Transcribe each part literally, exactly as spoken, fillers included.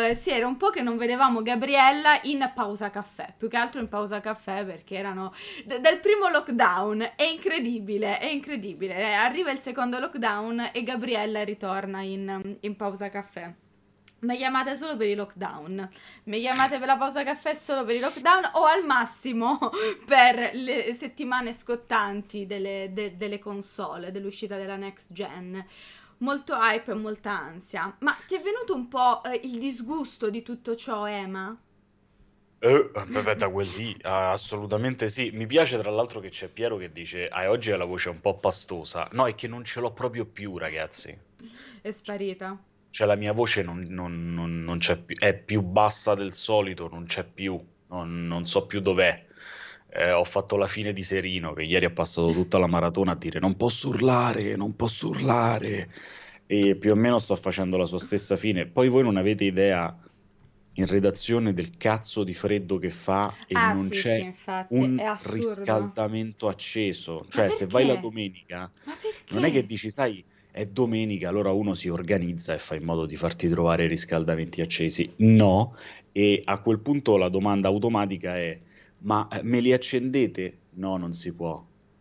eh, sì, era un po' che non vedevamo Gabriella in pausa caffè, più che altro in pausa caffè perché erano d- del primo lockdown, è incredibile, è incredibile, Eh, arriva il secondo lockdown e Gabriella ritorna in, in pausa caffè. Mi chiamate solo per i lockdown, mi chiamate per la pausa caffè solo per i lockdown o al massimo per le settimane scottanti delle, de- delle console, dell'uscita della next gen. Molto hype e molta ansia. Ma ti è venuto un po' eh, il disgusto di tutto ciò, Ema? Eh, aspetta, così, ah, assolutamente sì. Mi piace tra l'altro che c'è Piero che dice, ah, oggi ha la voce un po' pastosa. No, è che non ce l'ho proprio più, ragazzi. È sparita. Cioè la mia voce non, non- non- non c'è più, è più bassa del solito, non c'è più, non, non so più dov'è. Eh, ho fatto la fine di Serino, che ieri ha passato tutta la maratona a dire non posso urlare, non posso urlare. E più o meno sto facendo la sua stessa fine. Poi voi non avete idea in redazione del cazzo di freddo che fa e Ah, non sì, sì, c'è infatti, un è assurdo. riscaldamento acceso. Ma Cioè, se vai la perché? domenica, Ma non è che perché? dici, sai, è domenica, allora uno si organizza e fa in modo di farti trovare riscaldamenti accesi. No, e a quel punto la domanda automatica è: ma eh, me li accendete? No, non si può.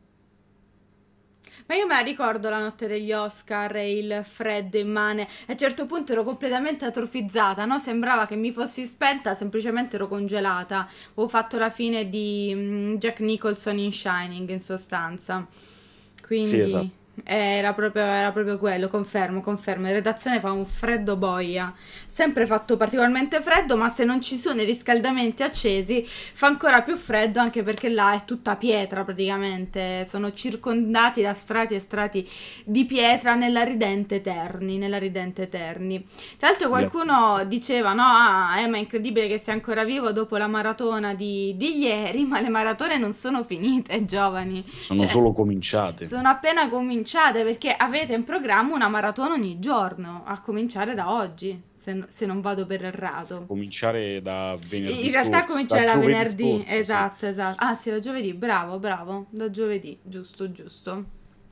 Ma io me la ricordo la notte degli Oscar e il freddo immane. A un certo punto ero completamente atrofizzata, no? Sembrava che mi fossi spenta, semplicemente ero congelata. Ho fatto la fine di mm, Jack Nicholson in Shining, in sostanza. Sì, Quindi esatto. eh, era proprio, era proprio quello, confermo, confermo. In redazione fa un freddo boia. Sempre fatto particolarmente freddo, ma se non ci sono i riscaldamenti accesi fa ancora più freddo anche perché là è tutta pietra praticamente, sono circondati da strati e strati di pietra nella ridente Terni, nella ridente Terni. Tra l'altro Le- qualcuno diceva no, ah, eh, ma è incredibile che sia ancora vivo dopo la maratona di, di ieri, ma le maratone non sono finite, giovani, Sono cioè solo cominciate. sono appena cominciate perché avete in programma una maratona ogni giorno, a cominciare da oggi, se, se non vado per errato. Cominciare da venerdì In realtà scorso, da cominciare da giovedì venerdì, scorso, sì. esatto, esatto. Ah, sì, da giovedì, bravo, bravo, da giovedì, giusto, giusto.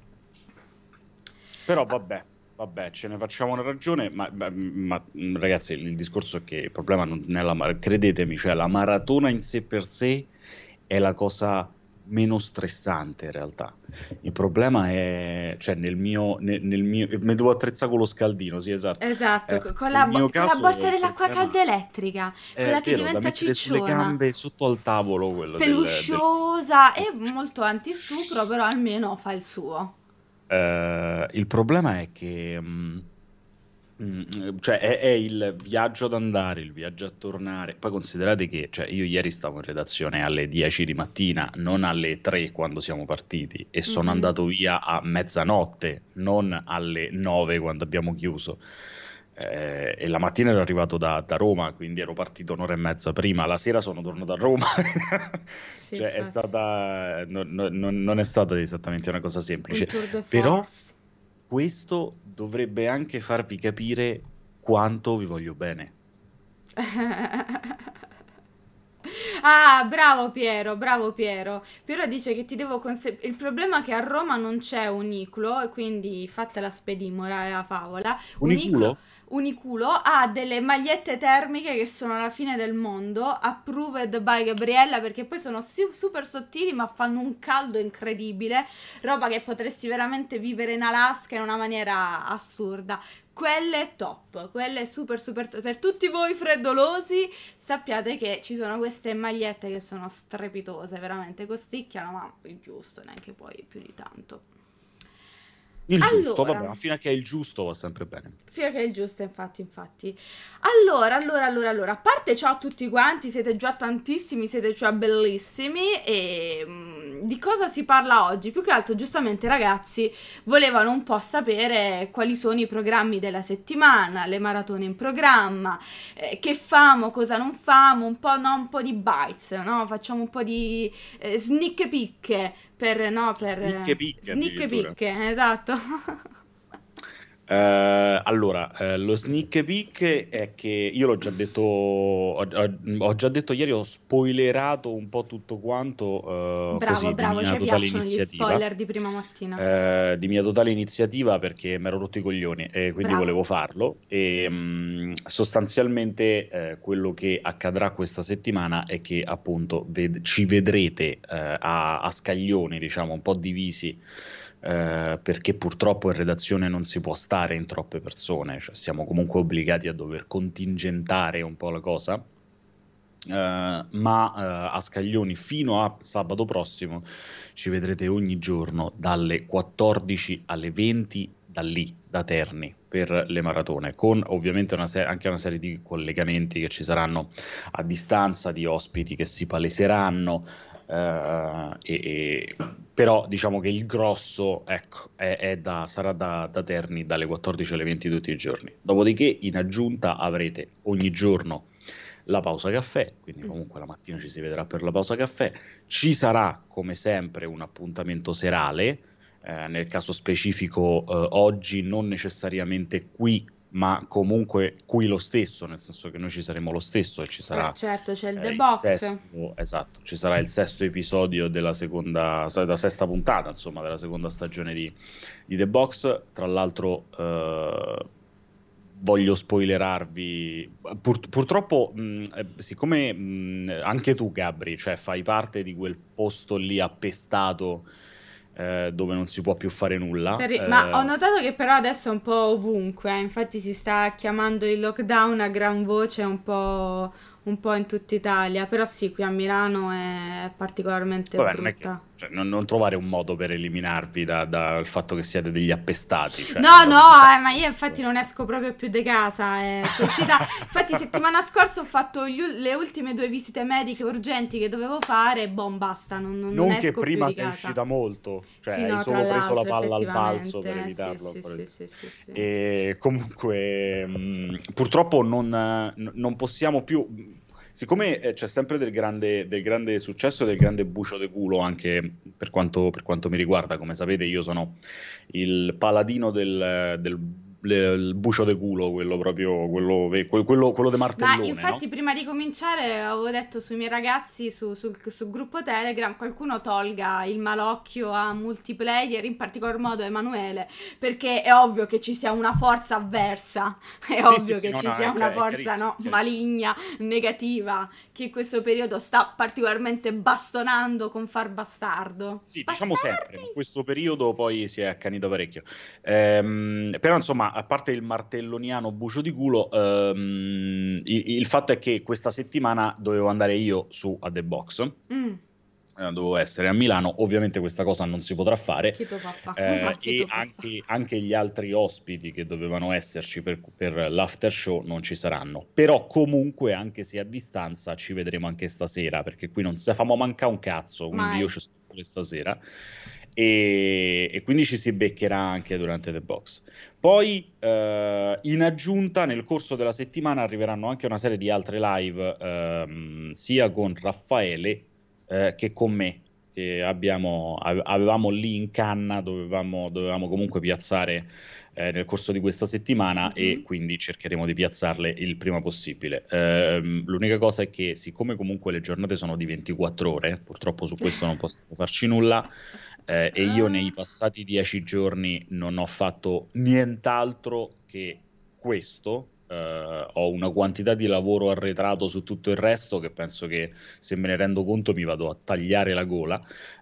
Però Ah, vabbè, vabbè, ce ne facciamo una ragione, ma, ma- ma, mh, ragazzi, il discorso è che il problema non è la maratona, credetemi, cioè la maratona in sé per sé è la cosa meno stressante in realtà. Il problema è, cioè nel mio, nel, nel mio, mi devo attrezzare con lo scaldino, sì, esatto. esatto, Eh, co- con nel la, bo- mio con la caso borsa il dell'acqua problema calda elettrica, è quella che vero, da diventa mettere sulle cicciona, gambe sotto al tavolo, quello del, del... pelusciosa e molto antistupro, però almeno fa il suo. Eh, il problema è che... mh, Mm, cioè è, è il viaggio ad andare, il viaggio a tornare. Poi considerate che cioè, io ieri stavo in redazione alle dieci di mattina, non alle tre quando siamo partiti, e sono Mhm. andato via a mezzanotte, non alle nove quando abbiamo chiuso. Eh, e la mattina ero arrivato da, da Roma, quindi ero partito un'ora e mezza prima. La sera sono tornato a Roma. Sì, Cioè, è infatti, stata, non, non- non- non è stata esattamente una cosa un semplice. tour de Però force. questo dovrebbe anche farvi capire quanto vi voglio bene. Ah, bravo Piero, bravo Piero. Piero dice che ti devo consegnare. Il problema è che a Roma non c'è Uniclo, e quindi fatela spedimora e la favola. Uniclo, Uniculo? Uniculo ha delle magliette termiche che sono la fine del mondo, approved by Gabriella, perché poi sono su- super sottili ma fanno un caldo incredibile, roba che potresti veramente vivere in Alaska in una maniera assurda. Quelle top, quelle super super top. Per tutti voi freddolosi sappiate che ci sono queste magliette che sono strepitose, veramente costicchiano, ma il giusto, neanche poi più di tanto. Il giusto, vabbè, Allora, ma fino a che è il giusto va sempre bene. fino a che è il giusto, infatti, infatti. Allora, allora, allora, allora, a parte ciao a tutti quanti, siete già tantissimi, siete già bellissimi e mm, di cosa si parla oggi? Più che altro, giustamente, i ragazzi volevano un po' sapere quali sono i programmi della settimana, le maratone in programma, eh, che famo, cosa non famo, un po', no, un po' di bites, no? Facciamo un po' di eh, sneak peek per, no, per... Snicche eh, picche sneak addirittura. peek, esatto. Eh, allora, eh, lo sneak peek è che io l'ho già detto, ho, ho- ho già detto ieri, ho spoilerato un po' tutto quanto, eh, Bravo, così di bravo, mia ci totale piacciono gli iniziativa. spoiler di prima mattina. Eh, di mia totale iniziativa perché mi ero rotto i coglioni e quindi Bravo. volevo farlo. E mh, sostanzialmente eh, quello che accadrà questa settimana è che appunto ved- ci vedrete eh, a, a scaglioni, diciamo, un po' divisi eh, perché purtroppo in redazione non si può stare in troppe persone, cioè siamo comunque obbligati a dover contingentare un po' la cosa. Eh, ma eh, a scaglioni fino a sabato prossimo ci vedrete ogni giorno dalle quattordici alle venti da lì, da Terni, per le maratone, con ovviamente una se- anche una serie di collegamenti che ci saranno a distanza, di ospiti che si paleseranno, eh, e, e- però diciamo che il grosso, ecco, è, è da- sarà da, da Terni dalle quattordici alle venti tutti i giorni. Dopodiché, in aggiunta, avrete ogni giorno la pausa caffè, quindi Mm. comunque la mattina ci si vedrà per la pausa caffè. Ci sarà, come sempre, un appuntamento serale, eh, nel caso specifico eh, oggi non necessariamente qui, ma comunque qui lo stesso, nel senso che noi ci saremo lo stesso e ci Eh, sarà certo, c'è il eh, The il Box. sesto, esatto, ci sarà il sesto episodio della seconda, della sesta puntata, insomma, della seconda stagione di, di The Box. Tra l'altro, eh, voglio spoilerarvi. Pur- purtroppo, mh, eh, siccome mh, anche tu, Gabri, cioè fai parte di quel posto lì appestato eh, dove non si può più fare nulla. Terri- Ma ho eh, notato che però adesso è un po' ovunque, eh. Infatti si sta chiamando il lockdown a gran voce un po', un po' in tutta Italia, però sì, qui a Milano è particolarmente Vabbè, non è che brutta. cioè, non, non trovare un modo per eliminarvi da- dal fatto che siete degli appestati, cioè No, no, andate su. eh, ma io infatti non esco proprio più di casa. eh. Sono uscita. Infatti, settimana scorsa ho fatto gli ul- le ultime due visite mediche urgenti che dovevo fare. E boh, basta, non, non- non Non che esco più prima di sei casa. uscita molto, cioè Sì, hai no, tra solo preso la l'altro, palla al balzo per effettivamente. eh, Sì, evitarlo sì, ancora di sì, più. sì, sì, sì. E comunque, mh, purtroppo non, eh, n- non possiamo più, siccome eh, c'è sempre del grande, del grande successo e del grande bucio de culo anche per quanto, per quanto mi riguarda, come sapete io sono il paladino del, del- del bucio de culo, quello proprio, quello, quello, quello, quello de Ma martellone, no? infatti prima di cominciare avevo detto sui miei ragazzi su- sul, sul gruppo Telegram qualcuno tolga il malocchio a multiplayer, in particolar modo Emanuele, perché è ovvio che ci sia una forza avversa, è Sì, sì, ovvio sì, che no, ci no, è, sia chi- una è forza chiarissimo, no, chiarissimo. maligna, negativa, che in questo periodo sta particolarmente bastonando con far bastardo. Sì, diciamo sempre, ma Bastardi! questo periodo poi si è accanito parecchio. Ehm, però insomma, a parte il martelloniano bucio di culo, ehm, il, il fatto è che questa settimana dovevo andare io su a The Box, Mm, eh, dovevo essere a Milano, ovviamente questa cosa non si potrà fare, chi tu fa fa? Ma eh, chi e tu fa fa? anche, anche gli altri ospiti che dovevano esserci per, per l'after show non ci saranno. Però comunque, anche se a distanza, ci vedremo anche stasera, perché qui non si famo manca un cazzo, quindi io Mai. ci sto pure stasera. E, e quindi ci si beccherà anche durante The Box. Poi, eh, in aggiunta, nel corso della settimana arriveranno anche una serie di altre live, ehm, sia con Raffaele eh, che con me, che abbiamo, ave- avevamo lì in canna, dovevamo, dovevamo comunque piazzare eh, nel corso di questa settimana e Mhm. quindi cercheremo di piazzarle il prima possibile. Ehm, l'unica cosa è che, siccome comunque le giornate sono di ventiquattro ore, purtroppo su questo non possiamo farci nulla, eh, e io nei passati dieci giorni non ho fatto nient'altro che questo. Eh, ho una quantità di lavoro arretrato su tutto il resto che penso che, se me ne rendo conto, mi vado a tagliare la gola.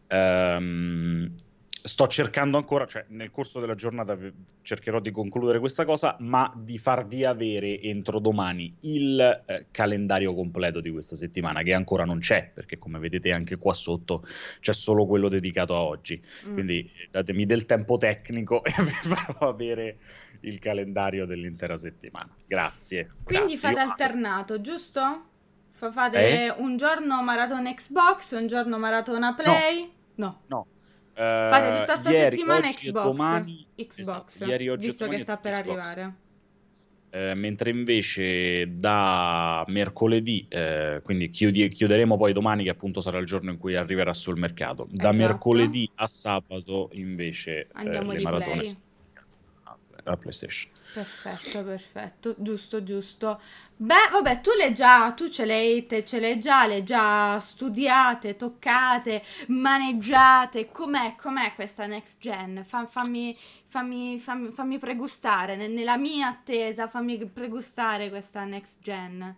Ehm, sto cercando ancora, cioè nel corso della giornata v- cercherò di concludere questa cosa, ma di farvi avere entro domani il eh, calendario completo di questa settimana, che ancora non c'è, perché come vedete anche qua sotto c'è solo quello dedicato a oggi. Mm. Quindi eh, datemi del tempo tecnico e vi farò avere il calendario dell'intera settimana. Grazie, Quindi grazie. Io fate vado. alternato, giusto? Fa- Eh? Fate un giorno maratona Xbox, un giorno maratona No, Play? No. no. Fate Eh, tutta sta ieri, settimana oggi e Xbox. domani, esatto, Xbox, ieri, oggi e visto che domani è sta tutto per Xbox. arrivare. Eh, mentre invece da mercoledì, eh, quindi chiudi- chiuderemo poi domani, che appunto sarà il giorno in cui arriverà sul mercato. Da Esatto. mercoledì a sabato invece eh, Andiamo le di maratone Play. sono la PlayStation. Perfetto, perfetto, giusto, giusto. Beh, vabbè, tu le già, tu ce le hai, te ce le hai già, le hai già studiate, toccate, maneggiate. Com'è, com'è questa next gen? Fa- fammi, fammi, fammi, fammi pregustare, ne- nella mia attesa, fammi pregustare questa next gen.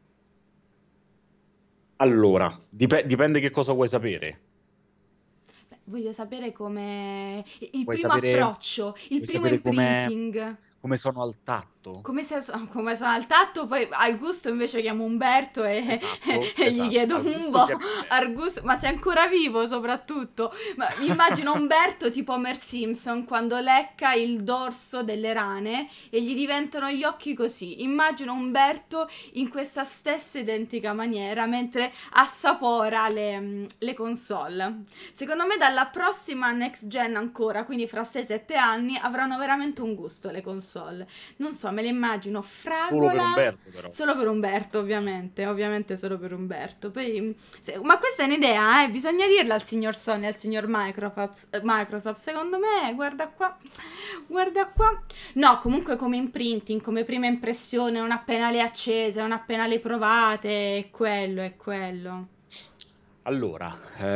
Allora, dip- dipende che cosa vuoi sapere. Beh, voglio sapere come il Vuoi primo sapere, approccio, il vuoi primo sapere come, imprinting. come sono al tatto? Come, se, come sono al tatto, poi al gusto invece chiamo Umberto e, Esatto, e gli esatto. chiedo Al un gusto po', chiami Umberto. al gusto, ma sei ancora vivo soprattutto? Ma mi immagino Umberto tipo Homer Simpson quando lecca il dorso delle rane e gli diventano gli occhi così. Immagino Umberto in questa stessa identica maniera mentre assapora le, le console. Secondo me dalla prossima next gen ancora, quindi fra sei sette anni, avranno veramente un gusto le console. Non so, me le immagino Solo per fragola Umberto, però. solo per Umberto, ovviamente, ovviamente solo per Umberto. Poi, se- ma questa è un'idea, eh, bisogna dirla al signor Sony, al signor Microsoft, eh, Microsoft. Secondo me, guarda qua, guarda qua. No, comunque come imprinting, come prima impressione, non appena le accese, non appena le provate, è quello, è quello. Allora,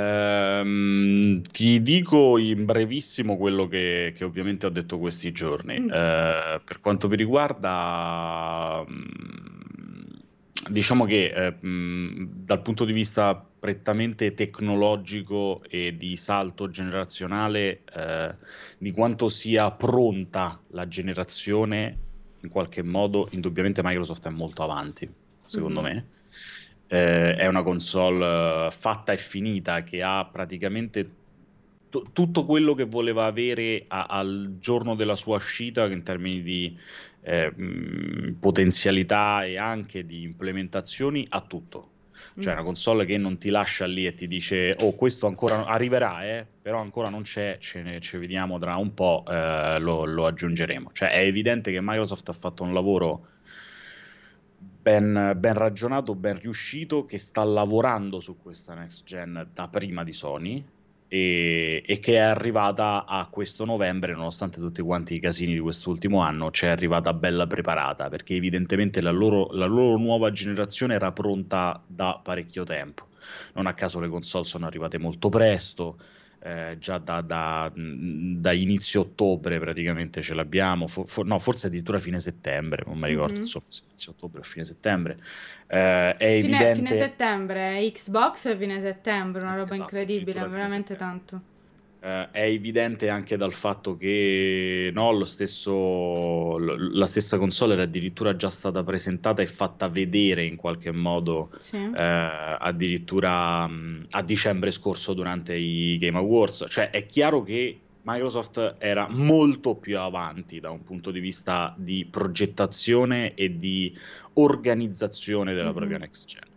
ehm, ti dico in brevissimo quello che, che ovviamente ho detto questi giorni. Mm, Eh, per quanto mi riguarda, mm, diciamo che eh, mm, dal punto di vista prettamente tecnologico e di salto generazionale, eh, di quanto sia pronta la generazione, in qualche modo, indubbiamente Microsoft è molto avanti, secondo mhm, me. Eh, è una console eh, fatta e finita che ha praticamente tu- tutto quello che voleva avere a- al giorno della sua uscita in termini di eh, mh, potenzialità e anche di implementazioni, ha tutto. Cioè, mm. una console che non ti lascia lì e ti dice: Oh, questo ancora no- arriverà, eh, però ancora non c'è, ce ne ci vediamo tra un po', eh, lo, lo aggiungeremo. Cioè, è evidente che Microsoft ha fatto un lavoro ben, ben ragionato, ben riuscito, che sta lavorando su questa next gen da prima di Sony e, e che è arrivata a questo novembre, nonostante tutti quanti i casini di quest'ultimo anno, c'è arrivata bella preparata, perché evidentemente la loro, la loro nuova generazione era pronta da parecchio tempo. Non a caso le console sono arrivate molto presto, eh, già da, da- mh, da inizio ottobre praticamente ce l'abbiamo, fo- fo- no, forse addirittura fine settembre, non mi ricordo, Mhm. insomma, se inizio ottobre o fine settembre. Eh, è Fine, fine evidente, settembre, Xbox fine settembre, una roba esatto, incredibile, addirittura fine veramente settembre. tanto. Eh, è evidente anche dal fatto che no, lo stesso, l- la stessa console era addirittura già stata presentata e fatta vedere in qualche modo Sì. eh, addirittura mh, a dicembre scorso durante i Game Awards. Cioè è chiaro che Microsoft era molto più avanti da un punto di vista di progettazione e di organizzazione della propria Mhm. next gen.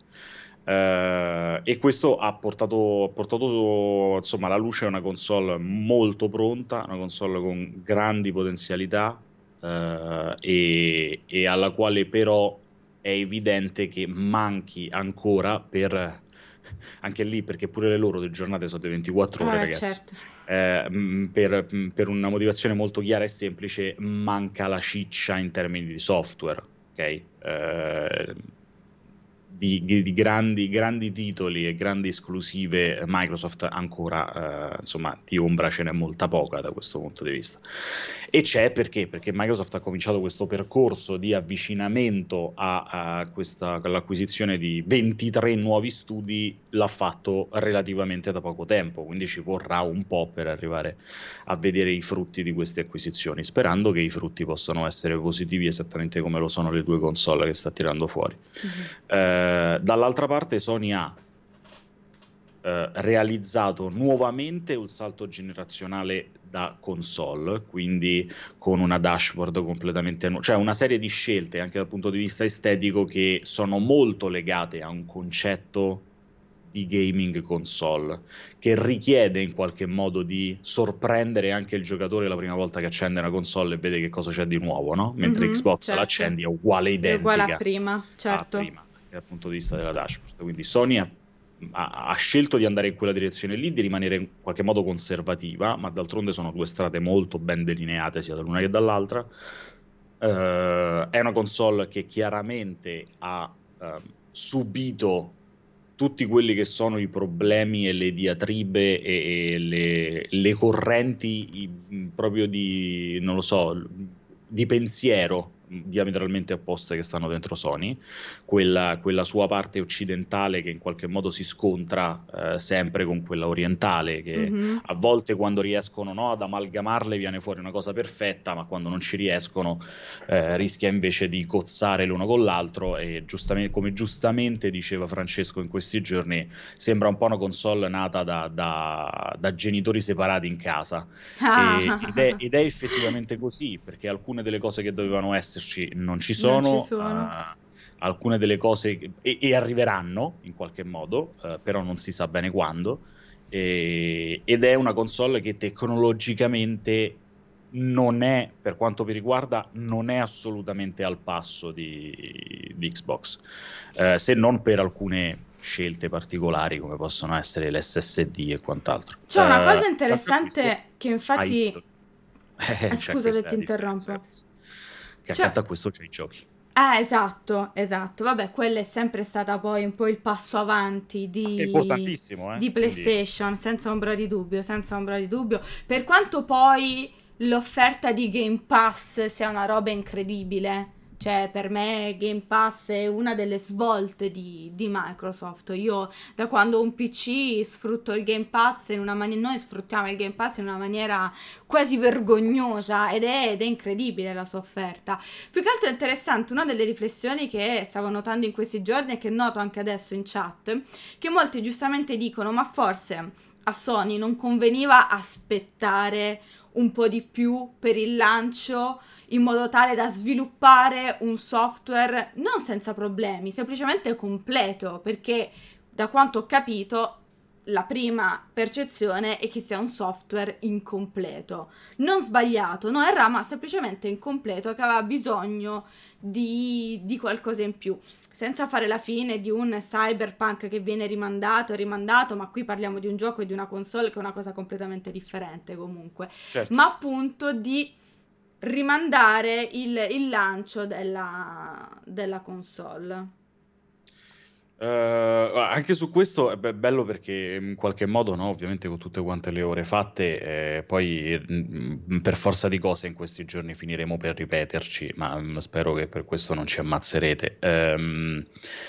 Eh, e questo ha portato, ha portato insomma alla luce una console molto pronta, una console con grandi potenzialità eh, e, e alla quale però è evidente che manchi ancora per anche lì, perché pure le loro le giornate sono di ventiquattro ore, Ah, ragazzi. certo. Eh, mh, per, mh, per una motivazione molto chiara e semplice, manca la ciccia in termini di software, ok? Eh, di, di- di grandi, grandi titoli e grandi esclusive Microsoft ancora, eh, insomma, di ombra ce n'è molta poca da questo punto di vista. E c'è perché? Perché Microsoft ha cominciato questo percorso di avvicinamento a, a questa, all'acquisizione di ventitré nuovi studi, l'ha fatto relativamente da poco tempo, quindi ci vorrà un po' per arrivare a vedere i frutti di queste acquisizioni, sperando che i frutti possano essere positivi esattamente come lo sono le due console che sta tirando fuori. Mhm. Eh, dall'altra parte Sony ha eh, realizzato nuovamente un salto generazionale da console, quindi con una dashboard completamente nuova, cioè una serie di scelte anche dal punto di vista estetico che sono molto legate a un concetto di gaming console, che richiede in qualche modo di sorprendere anche il giocatore la prima volta che accende una console e vede che cosa c'è di nuovo, no? Mentre Mhm, Xbox certo. l'accendi è uguale, È uguale a identica prima, a certo. prima, anche dal punto di vista della dashboard. Quindi Sony ha ha, ha scelto di andare in quella direzione lì, di rimanere in qualche modo conservativa, ma d'altronde sono due strade molto ben delineate sia dall'una che dall'altra. Uh, è una console che chiaramente ha uh, subito tutti quelli che sono i problemi e le diatribe e, e le, le correnti i, proprio di, non lo so, di pensiero diametralmente opposte che stanno dentro Sony, quella, quella sua parte occidentale che in qualche modo si scontra eh, sempre con quella orientale, che Mhm. a volte quando riescono, no, ad amalgamarle viene fuori una cosa perfetta, ma quando non ci riescono eh, rischia invece di cozzare l'uno con l'altro, e giustamente, come giustamente diceva Francesco in questi giorni, sembra un po' una console nata da, da, da genitori separati in casa. E, ed, è, Ah, ed è effettivamente così, perché alcune delle cose che dovevano esserci non ci non ci sono, sono. uh, alcune delle cose che- e, e arriveranno in qualche modo, uh, però non si sa bene quando, e- ed è una console che tecnologicamente non è, per quanto mi riguarda, non è assolutamente al passo di, di Xbox, eh, se non per alcune scelte particolari come possono essere l'S S D e quant'altro. C'è una Eh, cosa accanto a questo interessante che hai infatti... eh, eh, c'è Scusa se questa ti differenza interrompo. capisco. Che C'è... accanto a questo c'è i giochi. Eh, esatto, esatto. Vabbè, quella è sempre stata poi un po' il passo avanti È di, importantissimo, eh? di Quindi PlayStation, senza ombra di dubbio, senza ombra di dubbio. Per quanto poi l'offerta di Game Pass sia una roba incredibile. Cioè, per me Game Pass è una delle svolte di, di Microsoft. Io, da quando ho un P C, sfrutto il Game Pass in una maniera... Noi sfruttiamo il Game Pass in una maniera quasi vergognosa ed è, ed è incredibile la sua offerta. Più che altro è interessante, una delle riflessioni che stavo notando in questi giorni e che noto anche adesso in chat, che molti giustamente dicono, ma forse a Sony non conveniva aspettare un po' di più per il lancio in modo tale da sviluppare un software non senza problemi, semplicemente completo, perché da quanto ho capito la prima percezione è che sia un software incompleto. Non sbagliato, non era, ma semplicemente incompleto, che aveva bisogno di, di qualcosa in più. Senza fare la fine di un Cyberpunk che viene rimandato e rimandato, ma qui parliamo di un gioco e di una console che è una cosa completamente differente comunque. certo. Ma appunto di rimandare il, il lancio della, della console. Eh, anche su questo è be- bello perché in qualche modo, no, ovviamente con tutte quante le ore fatte, eh, poi mm, per forza di cose in questi giorni finiremo per ripeterci, ma mm, spero che per questo non ci ammazzerete. Ehm,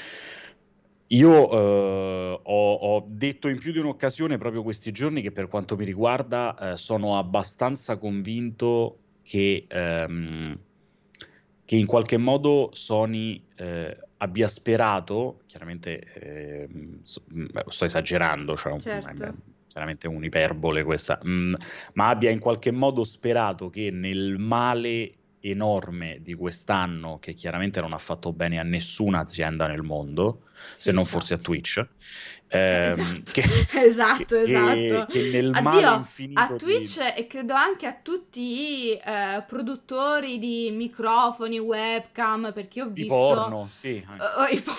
io eh, ho, ho detto in più di un'occasione proprio questi giorni che per quanto mi riguarda eh, sono abbastanza convinto che, ehm, che in qualche modo Sony eh, abbia sperato, chiaramente ehm, so- mh, sto esagerando, cioè un- è Certo. beh, chiaramente un'iperbole questa, mh, ma abbia in qualche modo sperato che nel male enorme di quest'anno, che chiaramente non ha fatto bene a nessuna azienda nel mondo, se Sì, non forse a esatto. Twitch, ehm, Esatto, che, che- esatto, che- esatto. che nel male Addio, a infinito di, Twitch e credo anche a tutti i eh, produttori di microfoni, webcam, perché ho di visto porno, sì, anche. eh, i po-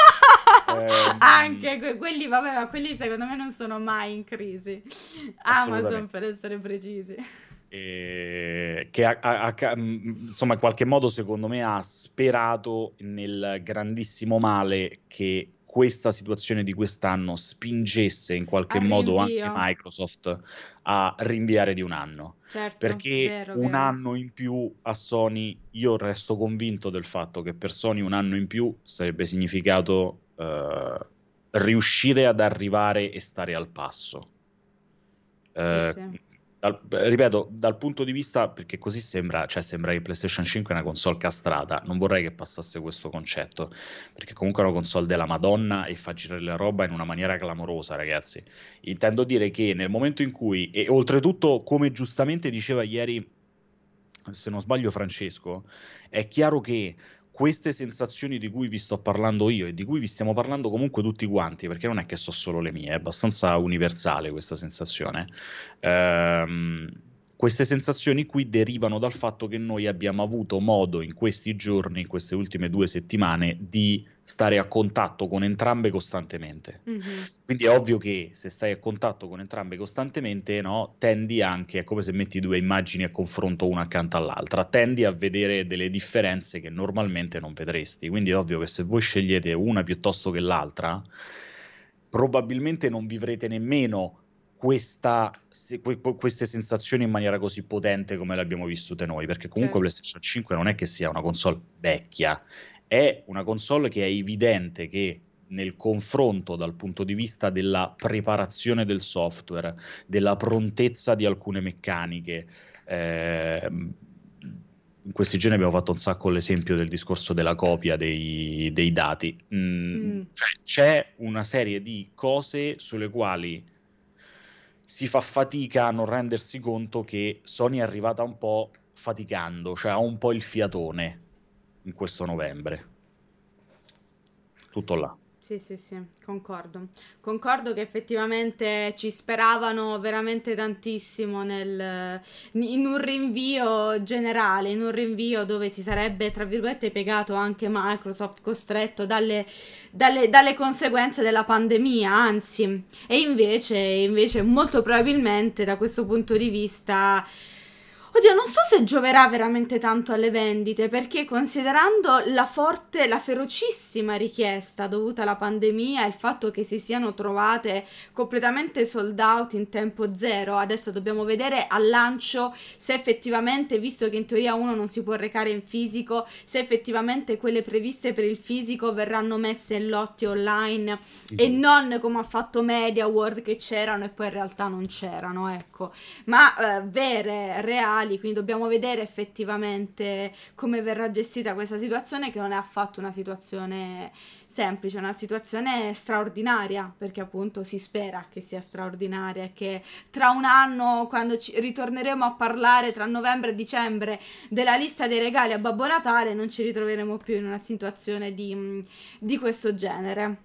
Ehm, anche que- quelli, vabbè, ma quelli secondo me non sono mai in crisi. Amazon assolutamente. per essere precisi. eh, che ha- ha- ha- mh, insomma in qualche modo secondo me ha sperato nel grandissimo male che questa situazione di quest'anno spingesse in qualche Al modo anche rinvio, Microsoft a rinviare di un anno, certo, perché vero, un vero. anno in più a Sony, io resto convinto del fatto che per Sony un anno in più sarebbe significato eh, riuscire ad arrivare e stare al passo. Sì, Eh, sì. dal- ripeto, dal punto di vista, perché così sembra, cioè sembra che PlayStation cinque è una console castrata, non vorrei che passasse questo concetto, perché comunque è una console della Madonna e fa girare la roba in una maniera clamorosa, ragazzi. Intendo dire che nel momento in cui, e oltretutto, come giustamente diceva ieri, se non sbaglio Francesco, è chiaro che queste sensazioni di cui vi sto parlando io e di cui vi stiamo parlando comunque tutti quanti, perché non è che so solo le mie, è abbastanza universale questa sensazione. Ehm, queste sensazioni qui derivano dal fatto che noi abbiamo avuto modo in questi giorni, in queste ultime due settimane, di stare a contatto con entrambe costantemente. Mhm. Quindi è ovvio che se stai a contatto con entrambe costantemente, no, tendi anche, è come se metti due immagini a confronto una accanto all'altra, tendi a vedere delle differenze che normalmente non vedresti. Quindi è ovvio che se voi scegliete una piuttosto che l'altra, probabilmente non vivrete nemmeno questa, se- que- que- queste sensazioni in maniera così potente come le abbiamo vissute noi, perché comunque Certo. PlayStation cinque non è che sia una console vecchia, è una console che è evidente che nel confronto dal punto di vista della preparazione del software, della prontezza di alcune meccaniche, ehm, in questi giorni abbiamo fatto un sacco l'esempio del discorso della copia dei, dei dati. Mm, Mm. cioè, c'è una serie di cose sulle quali si fa fatica a non rendersi conto che Sony è arrivata un po' faticando, cioè ha un po' il fiatone in questo novembre. Tutto là. Sì, sì, sì, concordo. Concordo che effettivamente ci speravano veramente tantissimo nel, in un rinvio generale, in un rinvio dove si sarebbe, tra virgolette, piegato anche Microsoft, costretto dalle, dalle, dalle conseguenze della pandemia, anzi. E invece, invece, molto probabilmente da questo punto di vista. Oddio, non so se gioverà veramente tanto alle vendite, perché considerando la forte, la ferocissima richiesta dovuta alla pandemia e il fatto che si siano trovate completamente sold out in tempo zero, adesso dobbiamo vedere al lancio se effettivamente, visto che in teoria uno non si può recare in fisico, se effettivamente quelle previste per il fisico verranno messe in lotti online e Mhm. non come ha fatto MediaWorld che c'erano e poi in realtà non c'erano, ecco, ma eh, vere, reali, quindi dobbiamo vedere effettivamente come verrà gestita questa situazione che non è affatto una situazione semplice, è una situazione straordinaria, perché appunto si spera che sia straordinaria e che tra un anno, quando ci ritorneremo a parlare tra novembre e dicembre della lista dei regali a Babbo Natale, non ci ritroveremo più in una situazione di, di questo genere.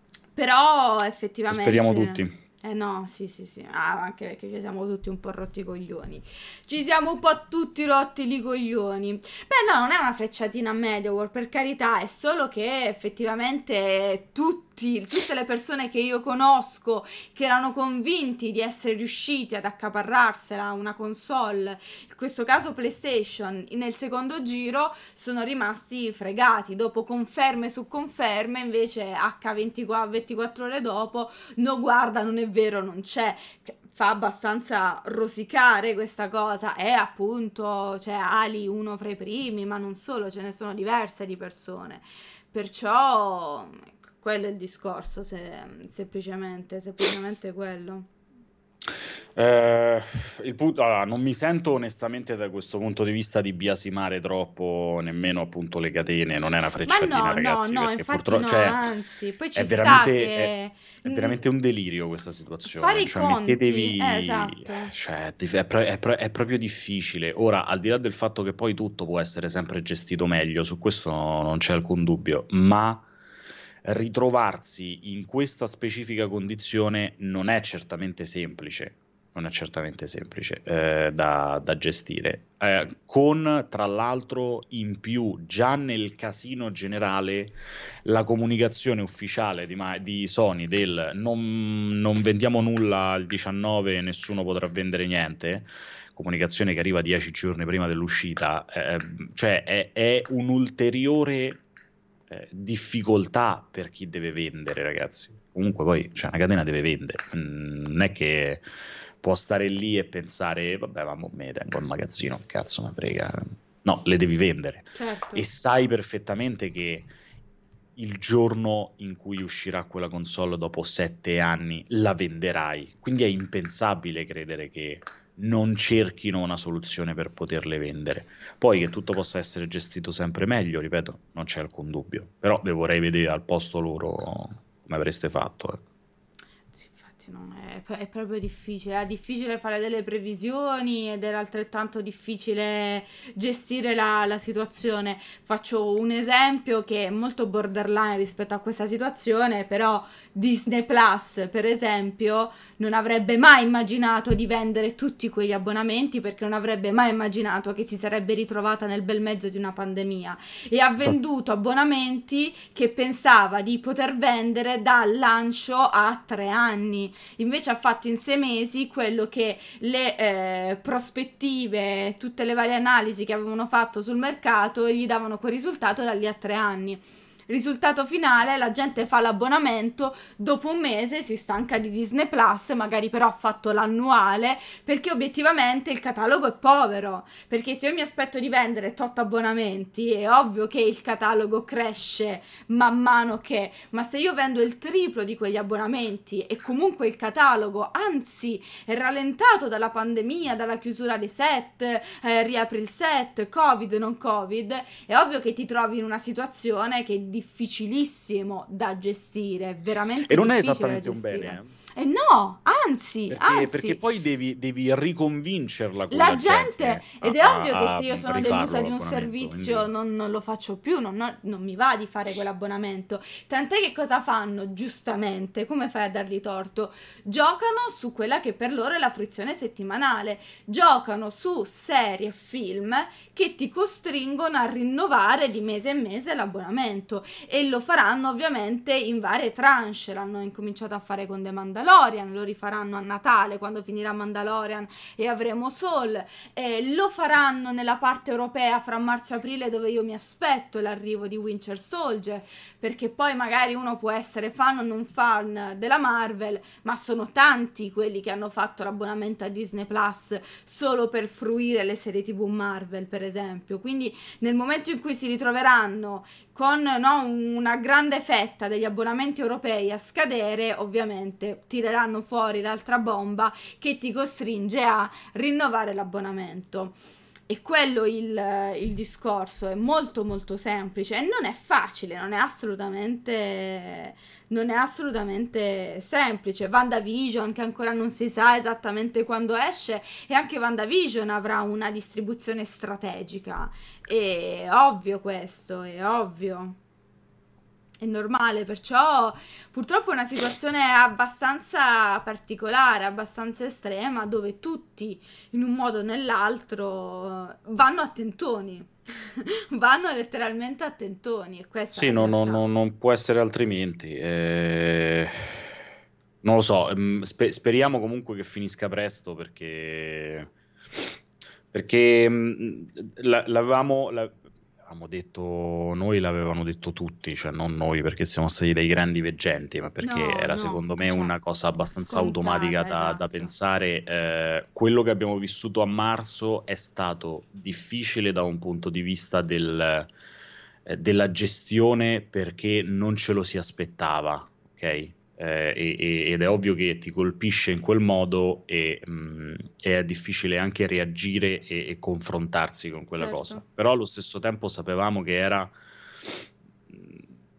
Però Lo speriamo effettivamente. tutti. Eh no, sì, sì, sì. Ah, anche perché ci siamo tutti un po' rotti i coglioni. Ci siamo un po' tutti rotti i coglioni. Beh, no, non è una frecciatina a MediaWorld, per carità, è solo che effettivamente tutti, tutte le persone che io conosco che erano convinti di essere riusciti ad accaparrarsela una console, in questo caso PlayStation, nel secondo giro sono rimasti fregati. Dopo conferme su conferme, invece acca ventiquattro ore dopo, no guarda, non è vero, non c'è. Cioè, fa abbastanza rosicare questa cosa. È appunto, cioè, Ali uno fra i primi, ma non solo, ce ne sono diverse di persone. Perciò quello è il discorso, se, semplicemente, semplicemente quello. Eh, il punto, allora, non mi sento onestamente da questo punto di vista di biasimare troppo nemmeno appunto le catene, non è una Ma frecciatina no, no, ragazzi, no, perché infatti purtroppo, no, cioè, anzi, poi è ci sta veramente, è, che è mh, veramente un delirio questa fare situazione, i cioè conti, eh, mettetevi, esatto. cioè, ti- è, pro- è pro- è proprio difficile. Ora, al di là del fatto che poi tutto può essere sempre gestito meglio, su questo non c'è alcun dubbio, ma ritrovarsi in questa specifica condizione non è certamente semplice, non è certamente semplice eh, da, da gestire. Eh, con tra l'altro in più già nel casino generale la comunicazione ufficiale di, Ma- di Sony del non, non vendiamo nulla il diciannove e nessuno potrà vendere niente, comunicazione che arriva dieci giorni prima dell'uscita, eh, cioè è, è un ulteriore eh, difficoltà per chi deve vendere, ragazzi. Comunque poi, cioè, una catena deve vendere, mm, non è che può stare lì e pensare, vabbè, ma mo me tengo il magazzino, cazzo me frega. No, le devi vendere. E Certo. sai perfettamente che il giorno in cui uscirà quella console dopo sette anni la venderai. Quindi è impensabile credere che non cerchino una soluzione per poterle vendere. Poi che tutto possa essere gestito sempre meglio, ripeto, non c'è alcun dubbio. Però vi vorrei vedere al posto loro come avreste fatto. Ecco. Sì, infatti no, è, è proprio difficile, è difficile fare delle previsioni ed è altrettanto difficile gestire la, la situazione. Faccio un esempio che è molto borderline rispetto a questa situazione, però Disney Plus, per esempio, non avrebbe mai immaginato di vendere tutti quegli abbonamenti perché non avrebbe mai immaginato che si sarebbe ritrovata nel bel mezzo di una pandemia e ha venduto abbonamenti che pensava di poter vendere dal lancio a tre anni. Invece ha fatto in sei mesi quello che le eh, prospettive, tutte le varie analisi che avevano fatto sul mercato gli davano quel risultato da lì a tre anni. Risultato finale, la gente fa l'abbonamento, dopo un mese si stanca di Disney Plus, magari però ha fatto l'annuale, perché obiettivamente il catalogo è povero, perché se io mi aspetto di vendere tot abbonamenti è ovvio che il catalogo cresce man mano che, ma se io vendo il triplo di quegli abbonamenti e comunque il catalogo anzi è rallentato dalla pandemia, dalla chiusura dei set, eh, riapri il set, covid, non covid, è ovvio che ti trovi in una situazione che è difficilissimo da gestire, veramente E non è difficile da esattamente un gestire. bene, eh. E no, anzi, Perché, anzi, perché poi devi, devi riconvincerla la quella gente, gente ed a, è ovvio che a- se io a sono rifarlo delusa di un l'abbonamento. servizio Quindi non, non lo faccio più, non, non- non mi va di fare quell'abbonamento. Tant'è che cosa fanno? Giustamente, come fai a dargli torto? Giocano su quella che per loro è la fruizione settimanale, giocano su serie e film che ti costringono a rinnovare di mese in mese l'abbonamento e lo faranno ovviamente in varie tranche. L'hanno incominciato a fare con The Mandalorian, lo rifaranno a Natale quando finirà Mandalorian e avremo Soul, eh, lo faranno nella parte europea fra marzo e aprile dove io mi aspetto l'arrivo di Winter Soldier, perché poi magari uno può essere fan o non fan della Marvel, ma sono tanti quelli che hanno fatto l'abbonamento a Disney Plus solo per fruire le serie tv Marvel, per esempio. Quindi nel momento in cui si ritroveranno con no, una grande fetta degli abbonamenti europei a scadere, ovviamente tireranno fuori l'altra bomba che ti costringe a rinnovare l'abbonamento. E quello il, il discorso è molto molto semplice e non è facile, non è assolutamente non è assolutamente semplice. WandaVision, che ancora non si sa esattamente quando esce, e anche WandaVision avrà una distribuzione strategica. È ovvio questo, è ovvio. È normale, perciò purtroppo è una situazione abbastanza particolare, abbastanza estrema, dove tutti, in un modo o nell'altro, vanno a tentoni. Vanno letteralmente a tentoni, e questa è sì, la no, no, realtà. no, non può essere altrimenti. eh, Non lo so, ehm, spe- speriamo comunque che finisca presto perché, perché mh, la- l'avevamo, la- avevamo detto noi, l'avevano detto tutti, cioè non noi perché siamo stati dei grandi veggenti, ma perché No, era no, secondo ma me cioè, una cosa abbastanza automatica scontata, da, da esatto. pensare. Eh, quello che abbiamo vissuto a marzo è stato difficile da un punto di vista del, eh, della gestione perché non ce lo si aspettava, ok? Eh, e- e- ed è ovvio che ti colpisce in quel modo e mh, è difficile anche reagire e, e confrontarsi con quella cosa. Certo, Però allo stesso tempo sapevamo che era mh,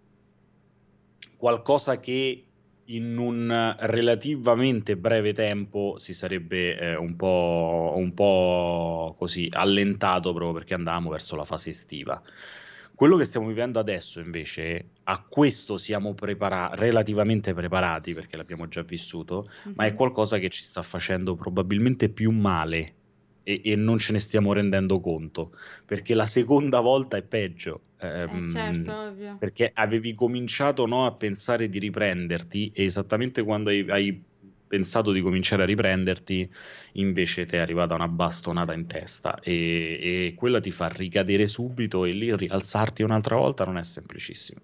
qualcosa che in un relativamente breve tempo si sarebbe eh, un po', un po' così allentato proprio perché andavamo verso la fase estiva. Quello che stiamo vivendo adesso, invece, a questo siamo prepara- relativamente preparati perché l'abbiamo già vissuto, ma è mhm. qualcosa che ci sta facendo probabilmente più male e, e non ce ne stiamo rendendo conto, perché la seconda volta è peggio. Eh, certo, ehm, ovvio. Perché avevi cominciato, no, a pensare di riprenderti e esattamente quando hai, hai pensato di cominciare a riprenderti, invece ti è arrivata una bastonata in testa e, e quella ti fa ricadere subito e lì rialzarti un'altra volta non è semplicissimo.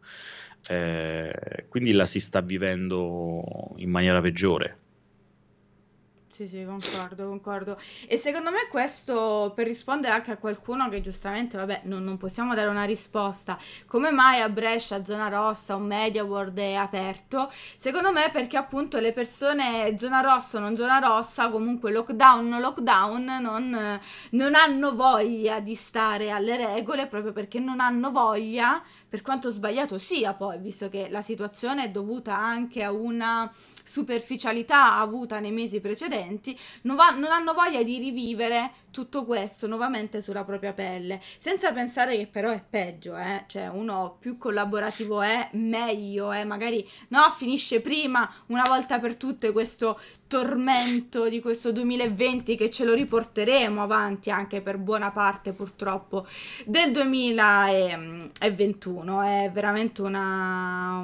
Eh, quindi la si sta vivendo in maniera peggiore. Sì, sì, concordo, concordo. E secondo me questo, per rispondere anche a qualcuno che giustamente, vabbè, non, non possiamo dare una risposta, come mai a Brescia, zona rossa, un Media World è aperto? Secondo me perché appunto le persone, zona rossa o non zona rossa, comunque lockdown o no lockdown, non, non hanno voglia di stare alle regole proprio perché non hanno voglia, per quanto sbagliato sia poi, visto che la situazione è dovuta anche a una superficialità avuta nei mesi precedenti, non, va- non hanno voglia di rivivere tutto questo nuovamente sulla propria pelle, senza pensare che però è peggio, eh? Cioè uno più collaborativo è, meglio è, magari no, finisce prima una volta per tutte questo tormento di questo duemilaventi che ce lo riporteremo avanti anche per buona parte purtroppo del duemilaventuno. È veramente una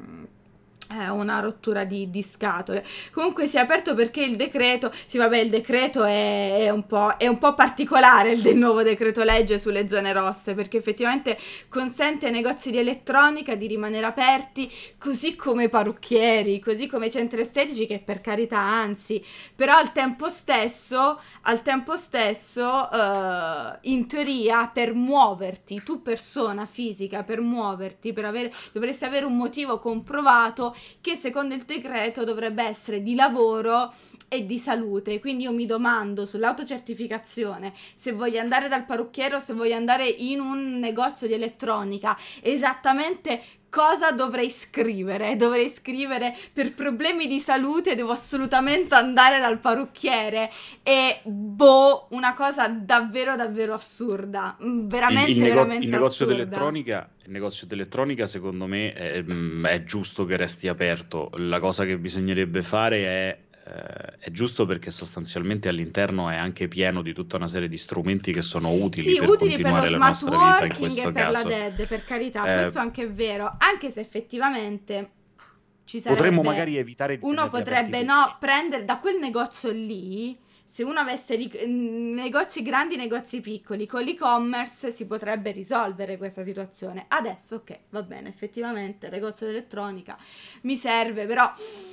è una rottura di, di scatole. Comunque si è aperto perché il decreto, sì vabbè, il decreto è, è un po', è un po' particolare, il del nuovo decreto legge sulle zone rosse, perché effettivamente consente ai negozi di elettronica di rimanere aperti, così come i parrucchieri, così come i centri estetici, che per carità, anzi, però al tempo stesso, al tempo stesso, eh, in teoria, per muoverti, tu persona fisica, per muoverti, per avere, dovresti avere un motivo comprovato che secondo il decreto dovrebbe essere di lavoro e di salute. Quindi io mi domando sull'autocertificazione, se voglio andare dal parrucchiere o se voglio andare in un negozio di elettronica, esattamente cosa dovrei scrivere? Dovrei scrivere: per problemi di salute devo assolutamente andare dal parrucchiere. E boh, una cosa davvero davvero assurda, Il, il veramente nego- il veramente negozio assurda. d'elettronica, il negozio d'elettronica, secondo me è, mm, è giusto che resti aperto. La cosa che bisognerebbe fare è, eh, è giusto perché sostanzialmente all'interno è anche pieno di tutta una serie di strumenti che sono utili Sì, per utili per lo continuare la smart nostra vita in working e questo per la caso. D E D, per carità, Eh, questo anche è vero, anche se effettivamente ci Potremmo sarebbe, magari evitare di uno tenerli aperti potrebbe no tutti. prendere da quel negozio lì, se uno avesse ric- mm, negozi grandi, negozi piccoli, con l'e-commerce si potrebbe risolvere questa situazione. Adesso ok, va bene, effettivamente il negozio di elettronica mi serve, però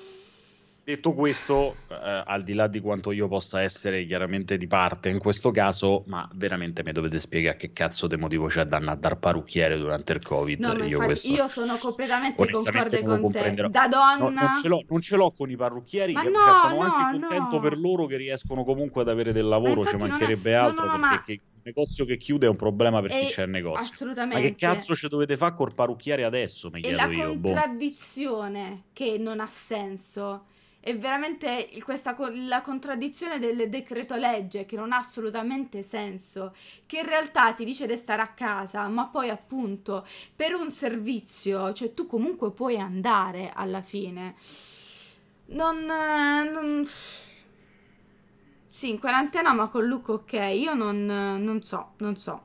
Detto questo, eh, al di là di quanto io possa essere chiaramente di parte in questo caso, ma veramente mi dovete spiegare che cazzo di motivo c'è da andare dal parrucchiere durante il no, Covid. ma Io infatti questo io sono completamente onestamente concorde non lo con te, comprenderò. da No, non ce donna. l'ho, non ce l'ho con i parrucchieri, Ma che- cioè no, sono anche no, contento per no. loro che riescono comunque ad avere del Ma lavoro, ci infatti non è. mancherebbe No, no, altro no, perché ma. che il negozio che chiude è un problema per chi È c'è il negozio. Ma che assolutamente. cazzo ci dovete fare col parrucchiere adesso, mi È chiedo la io. Boh. contraddizione che non ha senso. È veramente il- questa co- la contraddizione del decreto legge che non ha assolutamente senso. Che in realtà ti dice di stare a casa, ma poi appunto per un servizio, cioè tu comunque puoi andare alla fine. Non. eh, non... Sì, in quarantena, ma con Luca ok. Io non, non so, non so.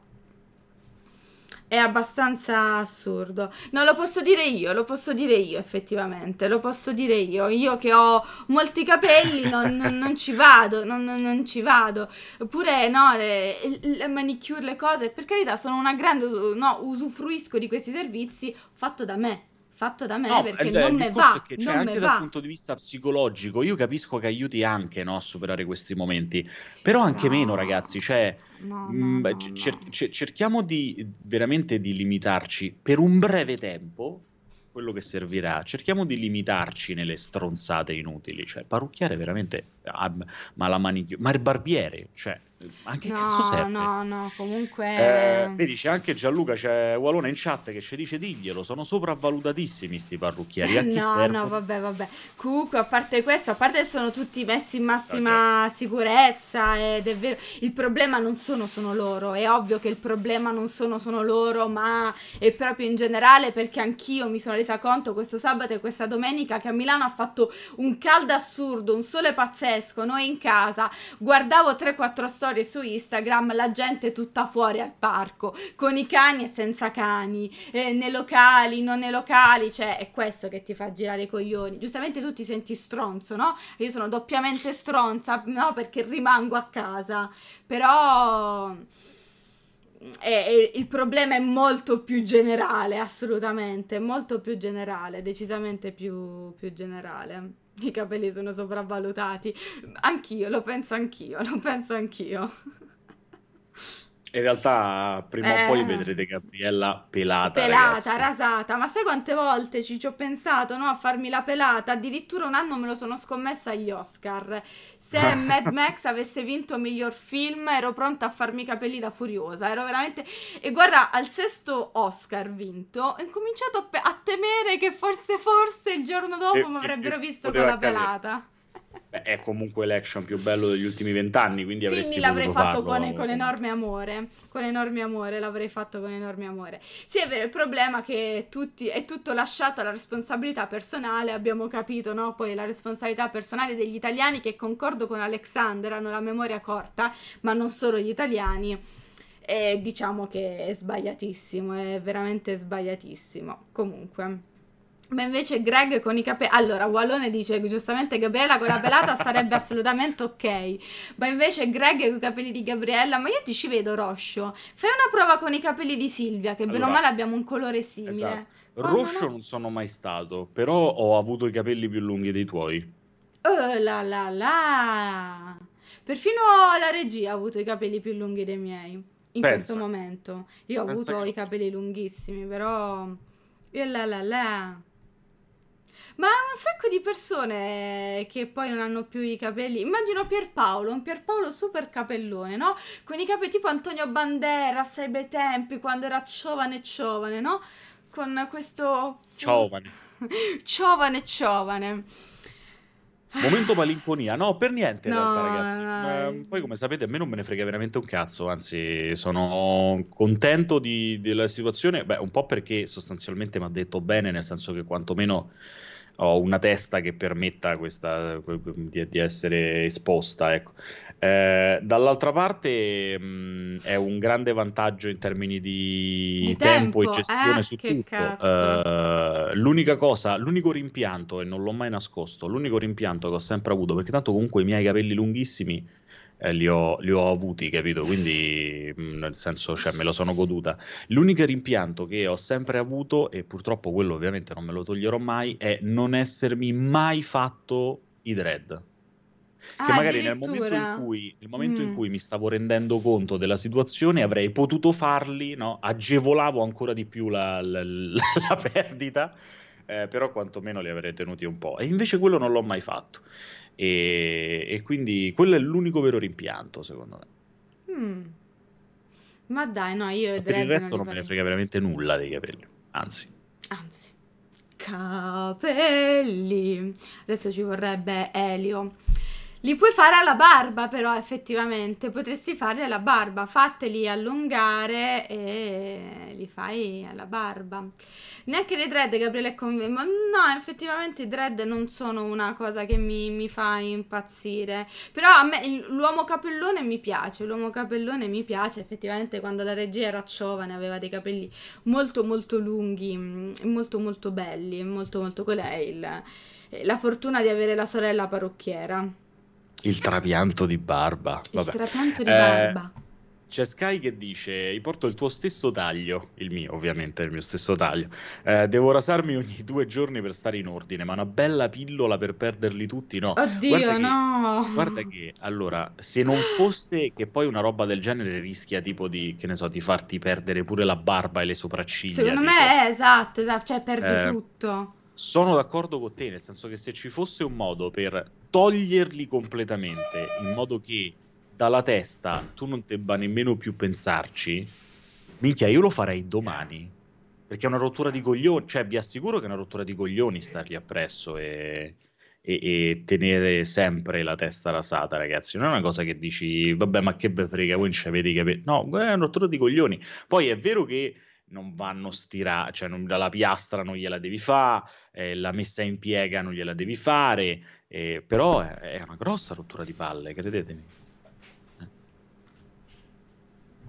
È abbastanza assurdo. Non lo posso dire io, lo posso dire io effettivamente, lo posso dire io. Io che ho molti capelli non, non- non ci vado, non, non- non ci vado. Oppure no, le, le manicure, le cose, per carità sono una grande, no, usufruisco di questi servizi fatto da me, fatto da me No, perché il, non il me discorso è va, che, cioè, non me anche dal va. punto di vista psicologico, io capisco che aiuti anche, no, a superare questi momenti, Sì, però anche meno, però. ragazzi, cioè, No, no, mh, no, c- no. cer- cer- cerchiamo di veramente di limitarci per un breve tempo, quello che servirà, cerchiamo di limitarci nelle stronzate inutili, cioè, il parrucchiere veramente, ah, ma la manicure, ma il barbiere, cioè, ma che cazzo No, serve? no, no, Eh, comunque. vedi, c'è anche Gianluca, c'è Walone in chat che ci dice diglielo, sono sopravvalutatissimi sti parrucchieri, a chi No, no, servono? vabbè, vabbè. Comunque, a parte questo, a parte che sono tutti messi in Ah, già. massima sicurezza ed è vero, il problema non sono solo loro, è ovvio che il problema non sono solo loro, ma è proprio in generale perché anch'io mi sono resa conto questo sabato e questa domenica che a Milano ha fatto un caldo assurdo, un sole pazzesco, noi in casa, guardavo tre quattro storie su Instagram, la gente tutta fuori al parco, con i cani e senza cani, eh, nei locali, non nei locali, cioè è questo che ti fa girare i coglioni. Giustamente tu ti senti stronzo, no? Io sono doppiamente stronza, no? Perché rimango a casa. Però e, e il problema è molto più generale, assolutamente, molto più generale, decisamente più, più generale. I capelli sono sopravvalutati. Anch'io, lo penso anch'io, lo penso anch'io. In realtà, prima o poi Eh. vedrete Gabriella pelata, Pelata, ragazzi. rasata, ma sai quante volte ci, ci ho pensato, no, a farmi la pelata? Addirittura un anno me lo sono scommessa agli Oscar. Se Mad Max avesse vinto miglior film, ero pronta a farmi i capelli da furiosa. Ero veramente. E guarda, al sesto Oscar vinto, ho incominciato a, pe- a temere che forse, forse il giorno dopo Che, mi che- avrebbero che visto con poteva la accadere? pelata. Beh, è comunque l'action più bello degli ultimi vent'anni, quindi Quindi avresti l'avrei potuto fatto con, farlo con comunque. enorme amore, con enorme amore, l'avrei fatto con enorme amore. Sì, è vero, il problema è che tutti, è tutto lasciato alla responsabilità personale, abbiamo capito, no? Poi la responsabilità personale degli italiani, che concordo con Alexander, hanno la memoria corta, ma non solo gli italiani, e diciamo che è sbagliatissimo, è veramente sbagliatissimo. Comunque. Ma invece Greg con i capelli. Allora, Wallone dice che giustamente Gabriella con la pelata sarebbe assolutamente ok. Ma invece Greg con i capelli di Gabriella. Ma io ti ci vedo, Roscio. Fai una prova con i capelli di Silvia, che bene o Allora, male abbiamo un colore esatto. simile. Quando Roscio no? non sono mai stato, però ho avuto i capelli più lunghi dei tuoi. Oh la la la! Perfino la regia ha avuto i capelli più lunghi dei miei. In questo Pensa, momento. Io ho pensa avuto che i non. capelli lunghissimi, però. Oh la la la! Ma un sacco di persone che poi non hanno più i capelli. Immagino Pierpaolo, un Pierpaolo super capellone, no? Con i capelli tipo Antonio Banderas ai bei tempi, quando era giovane giovane, no? Con questo fu- Giovane. giovane giovane. Momento malinconia, no, per niente in No, realtà, ragazzi. no. Ma poi, come sapete, a me non me ne frega veramente un cazzo, anzi, sono contento di- della situazione. Beh, un po' perché sostanzialmente mi ha detto bene, nel senso che quantomeno ho una testa che permetta questa, di, di essere esposta, ecco. Eh, dall'altra parte, mh, è un grande vantaggio in termini Di di tempo e tempo? gestione Eh, su che tutto. cazzo. Eh, l'unica cosa, l'unico rimpianto, e non l'ho mai nascosto, l'unico rimpianto che ho sempre avuto, perché tanto comunque i miei capelli lunghissimi eh, li ho, li ho avuti, capito? Quindi, mh, nel senso, cioè, me lo sono goduta. L'unico rimpianto che ho sempre avuto, e purtroppo quello ovviamente non me lo toglierò mai, è non essermi mai fatto i dread. Che Ah, magari nel momento in addirittura. cui, nel momento in Mm. cui mi stavo rendendo conto della situazione, avrei potuto farli, no? Agevolavo ancora di più la, la- la- la perdita, eh, però quantomeno li avrei tenuti un po'. E invece quello non l'ho mai fatto. E, e quindi quello è l'unico vero rimpianto, secondo me. Mm. Ma dai, no, io i Ma per il dread non resto li non me ne farei. frega veramente nulla dei capelli. Anzi. Anzi. Capelli. Adesso ci vorrebbe Elio. Li puoi fare alla barba, però, effettivamente. Potresti farli alla barba. Fateli allungare e li fai alla barba. Neanche le dread, Gabriele, è convinto. Ma no, effettivamente i dread non sono una cosa che mi, mi fa impazzire. Però a me il- l'uomo capellone mi piace. L'uomo capellone mi piace. Effettivamente, quando la regia era giovane, aveva dei capelli molto molto lunghi, mm, molto molto belli, molto molto quella è il, la fortuna di avere la sorella parrucchiera. Il trapianto di barba. Il Vabbè. trapianto di Eh, barba. c'è Sky che dice: "Io porto il tuo stesso taglio, il mio, ovviamente, è il mio stesso taglio. Eh, devo rasarmi ogni due giorni per stare in ordine, ma una bella pillola per perderli tutti, no. Guarda Oddio, che, guarda no. che, allora, se non fosse che poi una roba del genere rischia tipo di, che ne so, di farti perdere pure la barba e le sopracciglia, Secondo tipo. me è esatto, esatto, cioè perdi Eh, tutto. sono d'accordo con te, nel senso che se ci fosse un modo per toglierli completamente, in modo che dalla testa tu non debba nemmeno più pensarci, minchia, io lo farei domani. Perché è una rottura di coglioni, cioè vi assicuro che è una rottura di coglioni stargli appresso e, e- e tenere sempre la testa rasata, ragazzi. Non è una cosa che dici, vabbè, ma che ve frega, voi non ci avete i capelli. No, è una rottura di coglioni. Poi è vero che non vanno stirati, cioè non- dalla piastra non gliela devi fare, la messa in piega non gliela devi fare, eh, però è, è una grossa rottura di palle, credetemi. Eh.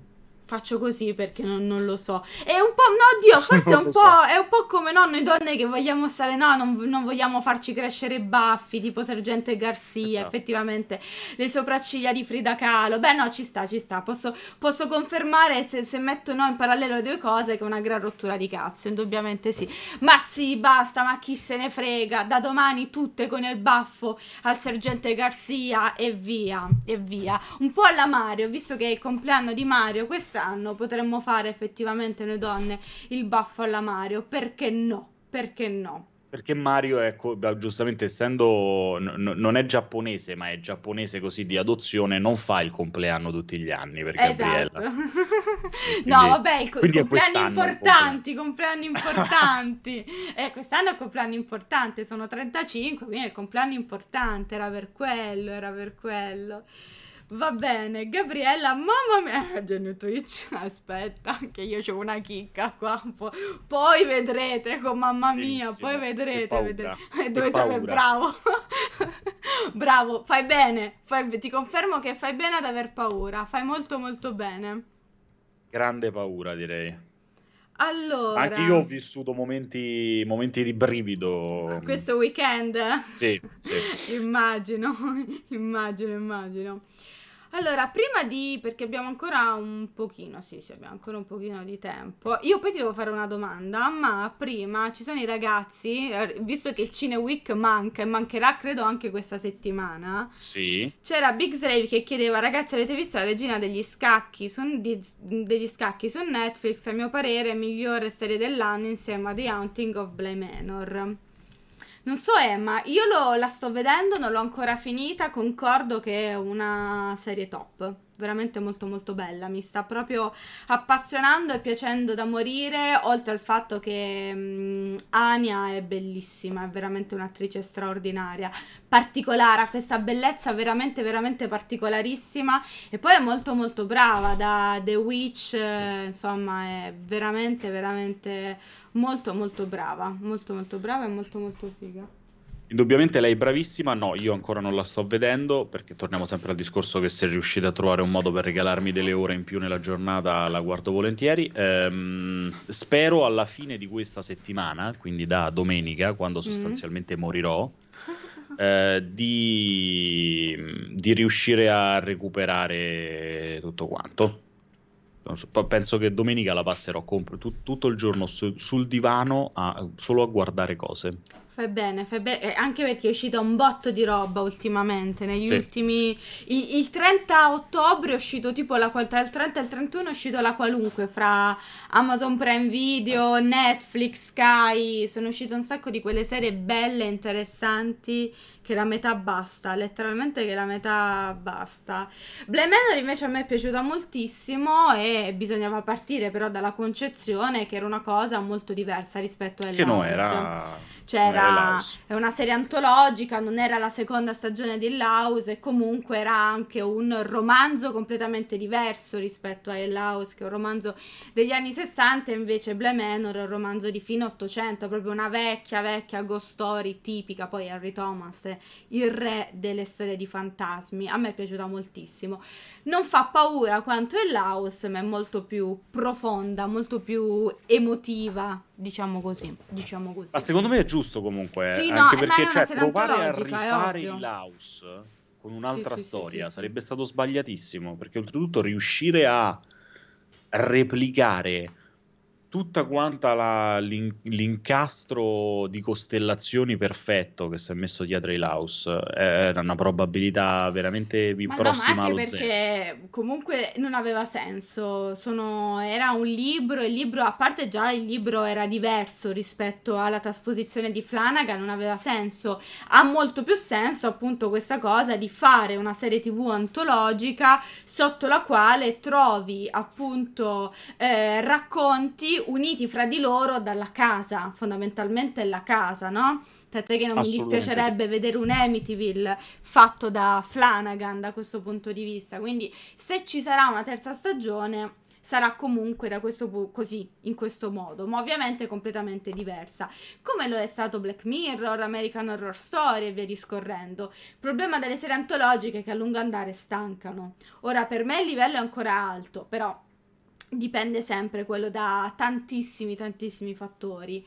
Faccio così perché non, non lo so. È un po', no, Dio, forse è Non un lo po', so. è un po' come no, noi donne che vogliamo stare, no, non, non vogliamo farci crescere i baffi, tipo Sergente Garcia, Esatto. effettivamente, le sopracciglia di Frida Kahlo. Beh, no, ci sta, ci sta. Posso, posso confermare se, se metto no, in parallelo le due cose che è una gran rottura di cazzo, indubbiamente sì. Ma sì, basta, ma chi se ne frega. Da domani tutte con il baffo al Sergente Garcia e via, e via. Un po' alla Mario, visto che è il compleanno di Mario quest'anno, potremmo fare effettivamente noi donne il baffo alla Mario. Perché no? Perché no? Perché Mario è, co- beh, giustamente essendo, n- n- non è giapponese, ma è giapponese così di adozione, non fa il compleanno tutti gli anni per Esatto. Gabriella. E No, quindi, vabbè, i, co- i quindi è compleanni quest'anno il compleanno. importanti, i compleanni importanti. Eh, quest'anno è il compleanno importante, sono trentacinque, quindi è il compleanno importante, era per quello, era per quello. Va bene, Gabriella, mamma mia, Genio Twitch, aspetta, che io c'ho una chicca qua, po- poi vedrete con mamma mia, poi Benissimo, che vedrete, vedrete, paura, che dovete avere, paura. bravo, bravo, fai bene, fai- ti confermo che fai bene ad aver paura, fai molto molto bene. Grande paura, direi. Ma anche io Allora, ho vissuto momenti, momenti di brivido. questo weekend, Sì, sì. immagino, immagino, immagino. Allora, prima di, perché abbiamo ancora un pochino, sì, sì, abbiamo ancora un pochino di tempo. Io poi ti devo fare una domanda, ma prima ci sono i ragazzi, eh, visto che il Cine Week manca e mancherà credo anche questa settimana. Sì. C'era Big Slave che chiedeva, ragazzi, avete visto la regina degli scacchi su, di- degli scacchi su Netflix? A mio parere, migliore serie dell'anno insieme a The Haunting of Bly Manor. Non so, Emma, io lo- la sto vedendo, non l'ho ancora finita, concordo che è una serie top, veramente molto molto bella, mi sta proprio appassionando e piacendo da morire, oltre al fatto che mm, Anya è bellissima, è veramente un'attrice straordinaria, particolare, ha questa bellezza veramente veramente particolarissima e poi è molto molto brava, da The Witch, eh, insomma, è veramente veramente molto molto brava, molto molto brava e molto molto figa. Indubbiamente lei è bravissima, no, io ancora non la sto vedendo perché torniamo sempre al discorso che se riuscite a trovare un modo per regalarmi delle ore in più nella giornata la guardo volentieri. Ehm, spero alla fine di questa settimana, quindi da domenica, quando Mm. sostanzialmente morirò, eh, di, di riuscire a recuperare tutto quanto. Non so, p- penso che domenica la passerò compro tut- tutto il giorno su- sul divano a- solo a guardare cose. Fai bene, fai bene, anche perché è uscita un botto di roba ultimamente, negli Sì, ultimi... i- Il, trenta ottobre è uscito tipo la... qual- tra il trenta e il trentuno è uscito la qualunque, fra Amazon Prime Video, Netflix, Sky, sono uscite un sacco di quelle serie belle, interessanti, che la metà basta, letteralmente che la metà basta. Bly Manor invece a me è piaciuta moltissimo e bisognava partire però dalla concezione che era una cosa molto diversa rispetto a che Hell no House. era, Cioè non era era Laos. è una serie antologica, non era la seconda stagione di Hill House e comunque era anche un romanzo completamente diverso rispetto a Hill House, che è un romanzo degli anni sessanta, e invece Bly Manor è un romanzo di fine ottocento, proprio una vecchia vecchia ghost story tipica. Poi Henry Thomas è il re delle storie di fantasmi, a me è piaciuta moltissimo. Non fa paura quanto Hill House, ma è molto più profonda, molto più emotiva, diciamo così, diciamo Ma così. secondo me è giusto comunque, Sì, no, anche eh, ma è perché una cioè, serie provare a antologica, è rifare il ovvio. Laos con Sì, un'altra sì, sì, sì, storia sì. sarebbe stato sbagliatissimo, perché oltretutto riuscire a replicare tutta quanta la- l'in- l'incastro di costellazioni perfetto che si è messo dietro i Laos era una probabilità veramente vi- Ma no, ma prossima anche allo zero. perché comunque non aveva senso. Sono... Era un libro, il libro, a parte già il libro era diverso rispetto alla trasposizione di Flanagan, non aveva senso. Ha molto più senso appunto questa cosa di fare una serie T V antologica sotto la quale trovi appunto eh, racconti uniti fra di loro dalla casa, fondamentalmente è la casa, no? Tant'è che non mi Assolutamente sì. dispiacerebbe vedere un Amityville fatto da Flanagan da questo punto di vista. Quindi, se ci sarà una terza stagione, sarà comunque da questo pu- così, in questo modo, ma ovviamente completamente diversa. Come lo è stato Black Mirror, American Horror Story e via discorrendo. Il problema delle serie antologiche è che a lungo andare stancano. Ora, per me il livello è ancora alto, però dipende sempre quello da tantissimi, tantissimi fattori.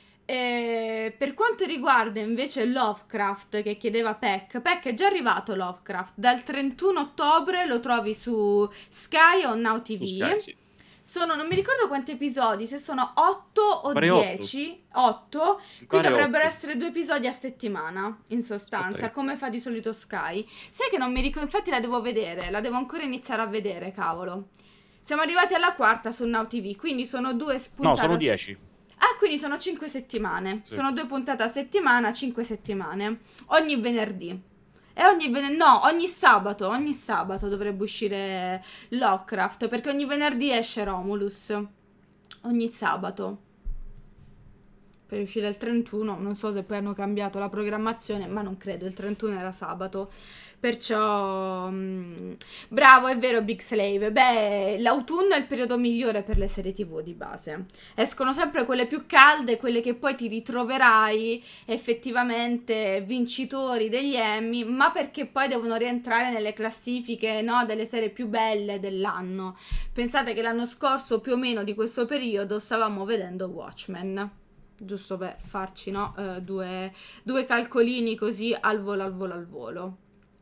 E per quanto riguarda invece Lovecraft che chiedeva Peck, Peck è già arrivato Lovecraft, dal trentuno ottobre lo trovi su Sky o Now Su T V. Sky, sì. Sono, non mi ricordo quanti episodi, se sono otto o Pare otto. dieci, otto, Mi quindi pare dovrebbero otto. essere due episodi a settimana, in sostanza, Aspetta che- come fa di solito Sky. Sai che non mi ricordo, infatti la devo vedere, la devo ancora iniziare a vedere, cavolo. Siamo arrivati alla quarta su Now T V, quindi sono due No, spuntate sono a se- dieci. Ah, quindi sono cinque settimane. Sì. Sono due puntate a settimana, cinque settimane. Ogni venerdì. E ogni venerdì, no, ogni sabato, ogni sabato dovrebbe uscire Lovecraft, perché ogni venerdì esce Romulus. Ogni sabato. Per uscire il trentuno, non so se poi hanno cambiato la programmazione, ma non credo, il trentuno era sabato. Perciò, mm, bravo, è vero, Big Slave. Beh, l'autunno è il periodo migliore per le serie T V di base. Escono sempre quelle più calde, quelle che poi ti ritroverai effettivamente vincitori degli Emmy, ma perché poi devono rientrare nelle classifiche, no, delle serie più belle dell'anno. Pensate che l'anno scorso, più o meno di questo periodo, stavamo vedendo Watchmen. Giusto per farci, no, eh, due, due calcolini così al volo, al volo, al volo.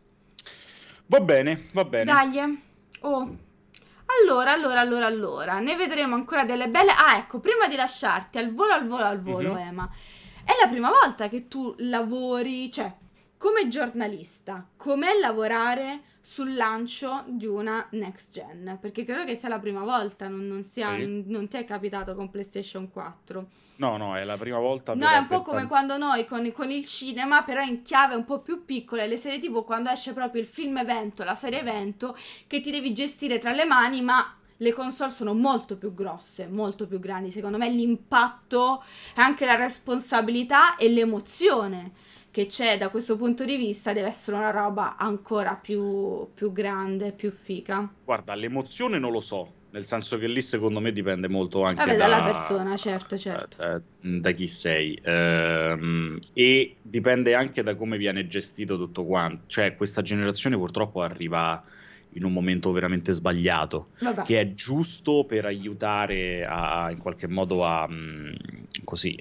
Va bene, va bene. Dai. Oh. Allora, allora, allora, allora, ne vedremo ancora delle belle. Ah, ecco, prima di lasciarti al volo, al volo, al volo, Mhm. Ema, è la prima volta che tu lavori, cioè, come giornalista, com'è lavorare sul lancio di una next gen? Perché credo che sia la prima volta, non, non sia, Sì. non ti è capitato con PlayStation quattro. No, no, è la prima volta No, per, è un po' per come tanti- quando noi con, con il cinema, però in chiave un po' più piccola, e le serie T V quando esce proprio il film evento, la serie evento, che ti devi gestire tra le mani, ma le console sono molto più grosse, molto più grandi. Secondo me l'impatto, anche la responsabilità e l'emozione che c'è da questo punto di vista deve essere una roba ancora più, più grande, più fica. Guarda, l'emozione non lo so, nel senso che lì secondo me dipende molto anche Vabbè, dalla da, persona, certo, certo. da- da chi sei, ehm, e dipende anche da come viene gestito tutto quanto. Cioè, questa generazione purtroppo arriva in un momento veramente sbagliato, Vabbè. che è giusto per aiutare a, in qualche modo a, mm, così,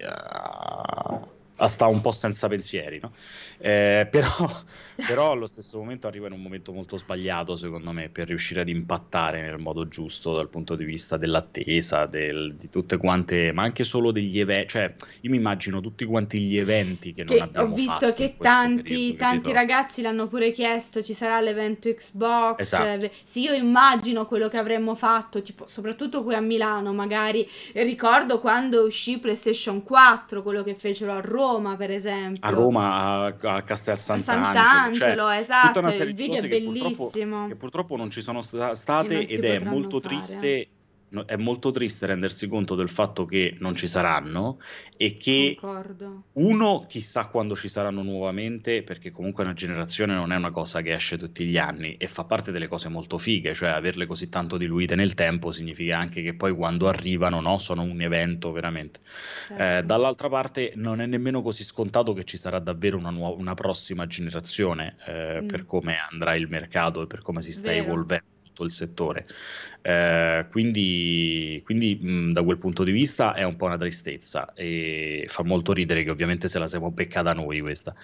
a, a stare un po' senza pensieri, no? Eh, però, però allo stesso momento arriva in un momento molto sbagliato, secondo me, per riuscire ad impattare nel modo giusto dal punto di vista dell'attesa, del- di tutte quante, ma anche solo degli eventi. Cioè, io mi immagino tutti quanti gli eventi che non Che ho abbiamo visto fatto in che questo tanti, periodo, tanti capito? ragazzi l'hanno pure chiesto, ci sarà l'evento Xbox. Esatto. eh, Sì, io immagino quello che avremmo fatto, tipo, soprattutto qui a Milano, magari. E ricordo quando uscì PlayStation quattro, quello che fecero a Roma, per A esempio. Roma, a, a Castel A Sant'Angelo, cioè Sant'Angelo, tutta esatto, una serie il di video è cose che purtroppo, che bellissimo, purtroppo non ci sono sta- che state, non si ed è potranno molto fare. triste, no- è molto triste rendersi conto del fatto che non ci saranno e che Concordo. uno, chissà quando ci saranno nuovamente, perché comunque una generazione non è una cosa che esce tutti gli anni e fa parte delle cose molto fighe, cioè averle così tanto diluite nel tempo significa anche che poi quando arrivano, no, sono un evento veramente. Eh, Certo. dall'altra parte non è nemmeno così scontato che ci sarà davvero una, nuova, una prossima generazione, eh, Mm, per come andrà il mercato e per come si sta vero. evolvendo tutto il settore. Eh, quindi, quindi mh, da quel punto di vista è un po' una tristezza e fa molto ridere che ovviamente se la siamo beccata noi questa.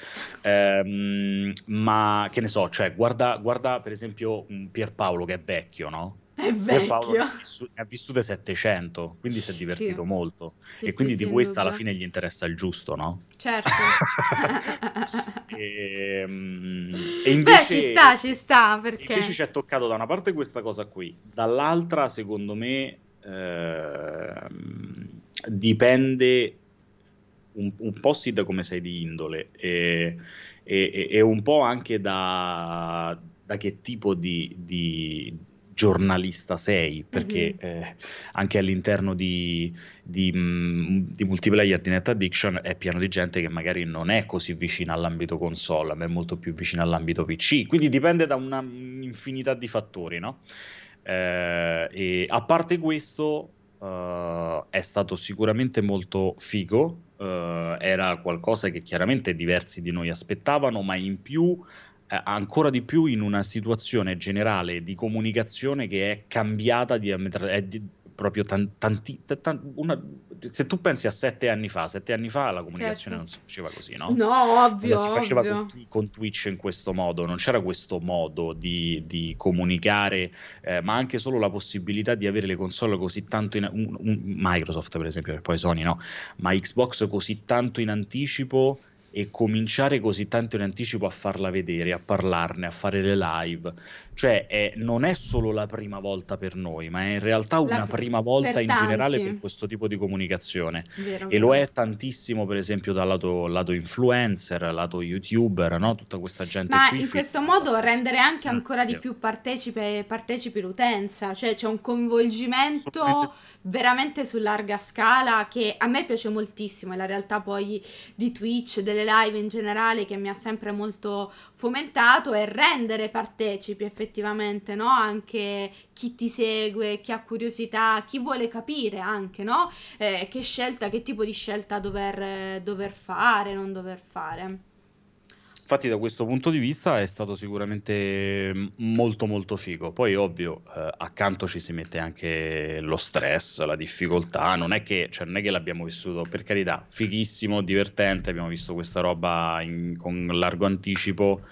Ehm, ma che ne so, cioè guarda, guarda per esempio mh, Pierpaolo che è vecchio, no? È Pierpaolo ne vecchio. ha, vissu- ne ha vissute settecento, quindi si è Sì, divertito molto sì, e sì, quindi sì, di in questa alla dubbio. fine gli interessa il giusto, no? Certo. E, mm, e Beh, ci invece, sta, ci sta, e invece perché... ci è toccato da una parte questa cosa qui, dall'altra secondo me ehm, dipende un, un po' sì da come sei di indole e, e- e un po' anche da, da che tipo di, di giornalista sei, perché Mhm, eh, anche all'interno di, di, mh, di Multiplayer di Net Addiction è pieno di gente che magari non è così vicina all'ambito console, ma è molto più vicina all'ambito P C, quindi dipende da una- un'infinità di fattori, no? Eh, e a parte questo, eh, è stato sicuramente molto figo, eh, era qualcosa che chiaramente diversi di noi aspettavano, ma in più, eh, ancora di più in una situazione generale di comunicazione che è cambiata diametra- è di- proprio tan- tanti, ta- tan- una- se tu pensi a sette anni fa, sette anni fa la comunicazione Certo. non si faceva così, no? No, Non la ovvio, si faceva con, ovvio. con Twitch in questo modo, non c'era questo modo di, di comunicare, eh, ma anche solo la possibilità di avere le console così tanto in un- un- Microsoft per esempio, e poi Sony no, ma Xbox così tanto in anticipo e cominciare così tanto in anticipo a farla vedere, a parlarne, a fare le live. Cioè, è- non è solo la prima volta per noi, ma è in realtà La una pr- prima volta per in generale per tanti. questo tipo di comunicazione. Vero, E lo vero. è tantissimo, per esempio, dal lato, lato influencer, lato YouTuber, no? Tutta questa gente Ma qui in questo filmata modo senza rendere anche ancora di scherzi. più partecipe, partecipi l'utenza, cioè c'è un Assolutamente coinvolgimento sì. veramente su larga scala che a me piace moltissimo, è la realtà poi di Twitch, delle live in generale che mi ha sempre molto fomentato e rendere partecipi effettivamente, no? Anche chi ti segue, chi ha curiosità, chi vuole capire anche, no? Eh, che scelta, che tipo di scelta dover, dover fare, non dover fare. Infatti, da questo punto di vista è stato sicuramente mm, molto molto figo. Poi, ovvio, eh, accanto ci si mette anche lo stress, la difficoltà. Non è che, cioè, non è che l'abbiamo vissuto, per carità, fighissimo, divertente. Abbiamo visto questa roba in- con largo anticipo,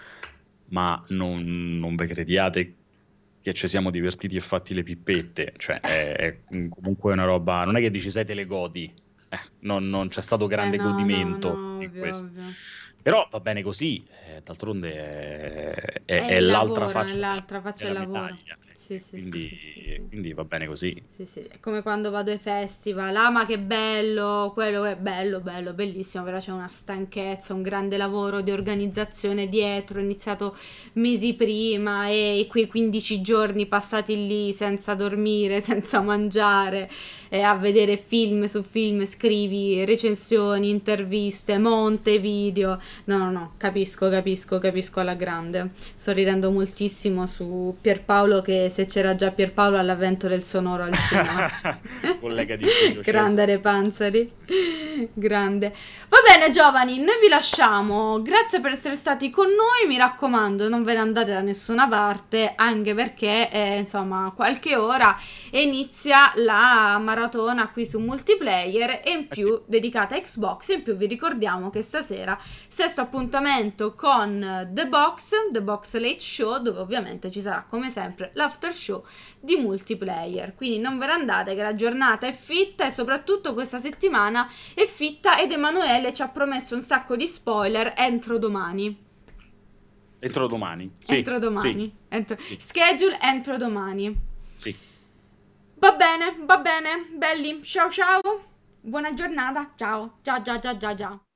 ma non, non ve crediate che ci siamo divertiti e fatti le pippette. Cioè, è, è comunque una roba. Non è che dici, sai, te le godi. Eh, non, non c'è stato Cioè, grande no, no, godimento no, in ovvio, questo. ovvio. Però va bene così, eh, d'altronde è, È è- è il l'altra lavoro, è faccia della, l'altra faccia del della lavoro. medaglia, eh, Sì, e sì, sì, quindi, sì, sì, sì. quindi va bene così. Sì, sì, è come quando vado ai festival, ah ma che bello, quello è bello, bello, bellissimo, però c'è una stanchezza, un grande lavoro di organizzazione dietro, ho iniziato mesi prima e quei quindici giorni passati lì senza dormire, senza mangiare, e a vedere film su film, scrivi recensioni, interviste, monte video, no, no, no, capisco, capisco, capisco alla grande. Sto ridendo moltissimo su Pierpaolo che se c'era già Pierpaolo all'avvento del sonoro al cinema. Collega di Giulio Grande Cesare, Re sì, sì, Panzeri. assolutamente. Grande. Va bene, giovani, noi vi lasciamo. Grazie per essere stati con noi. Mi raccomando, non ve ne andate da nessuna parte, anche perché, eh, insomma, qualche ora e inizia la maratona qui su multiplayer e in Eh sì. più dedicata a Xbox. In più vi ricordiamo che stasera sesto appuntamento con The Box, The Box Late Show, dove ovviamente ci sarà come sempre l'after show di multiplayer. Quindi non ve ne andate che la giornata è fitta e soprattutto questa settimana è fitta ed Emanuele ci ha promesso un sacco di spoiler entro domani. Entro domani, sì, Entro sì, domani. Entro... sì, Schedule entro domani. sì. Va bene, va bene, belli. Ciao ciao. Buona giornata. Ciao. Ciao ciao ciao ciao ciao.